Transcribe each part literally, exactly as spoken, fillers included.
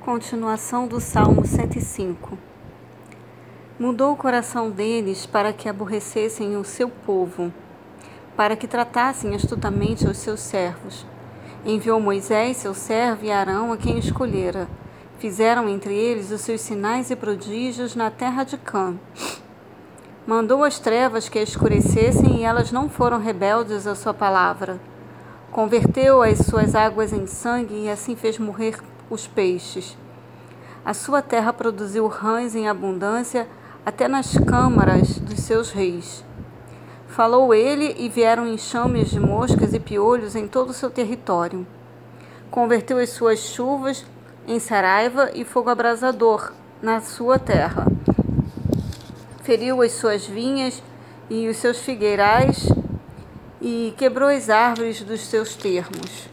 Continuação do Salmo cento e cinco. Mudou o coração deles para que aborrecessem o seu povo, para que tratassem astutamente os seus servos. Enviou Moisés, seu servo, e Arão, a quem escolhera. Fizeram entre eles os seus sinais e prodígios na terra de Cã. Mandou as trevas que a escurecessem, e elas não foram rebeldes à sua palavra. Converteu as suas águas em sangue, e assim fez morrer os peixes. A sua terra produziu rãs em abundância, até nas câmaras dos seus reis. Falou ele, e vieram enxames de moscas e piolhos em todo o seu território. Converteu as suas chuvas em saraiva e fogo abrasador na sua terra. Feriu as suas vinhas e os seus figueirais, e quebrou as árvores dos seus termos.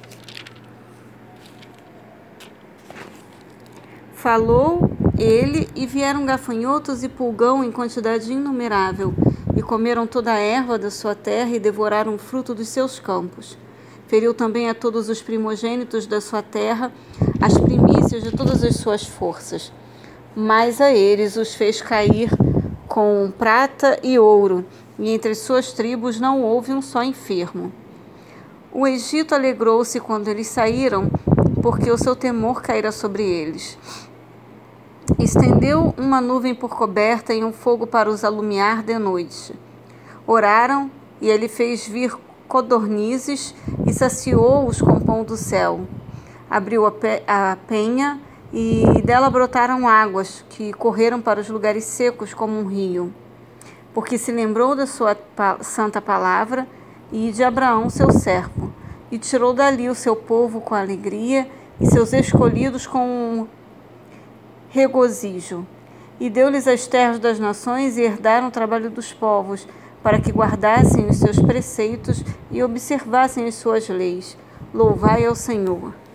Falou ele, e vieram gafanhotos e pulgão em quantidade inumerável, e comeram toda a erva da sua terra e devoraram o fruto dos seus campos. Feriu também a todos os primogênitos da sua terra, as primícias de todas as suas forças. Mas a eles os fez cair com prata e ouro, e entre as suas tribos não houve um só enfermo. O Egito alegrou-se quando eles saíram, porque o seu temor caíra sobre eles. Estendeu uma nuvem por coberta e um fogo para os alumiar de noite. Oraram, e ele fez vir codornizes e saciou-os com pão do céu. Abriu a, pe- a penha, e dela brotaram águas, que correram para os lugares secos como um rio. Porque se lembrou da sua pa- santa palavra e de Abraão seu servo, e tirou dali o seu povo com alegria e seus escolhidos com regozijo. E deu-lhes as terras das nações e herdaram o trabalho dos povos, para que guardassem os seus preceitos e observassem as suas leis. Louvai ao Senhor.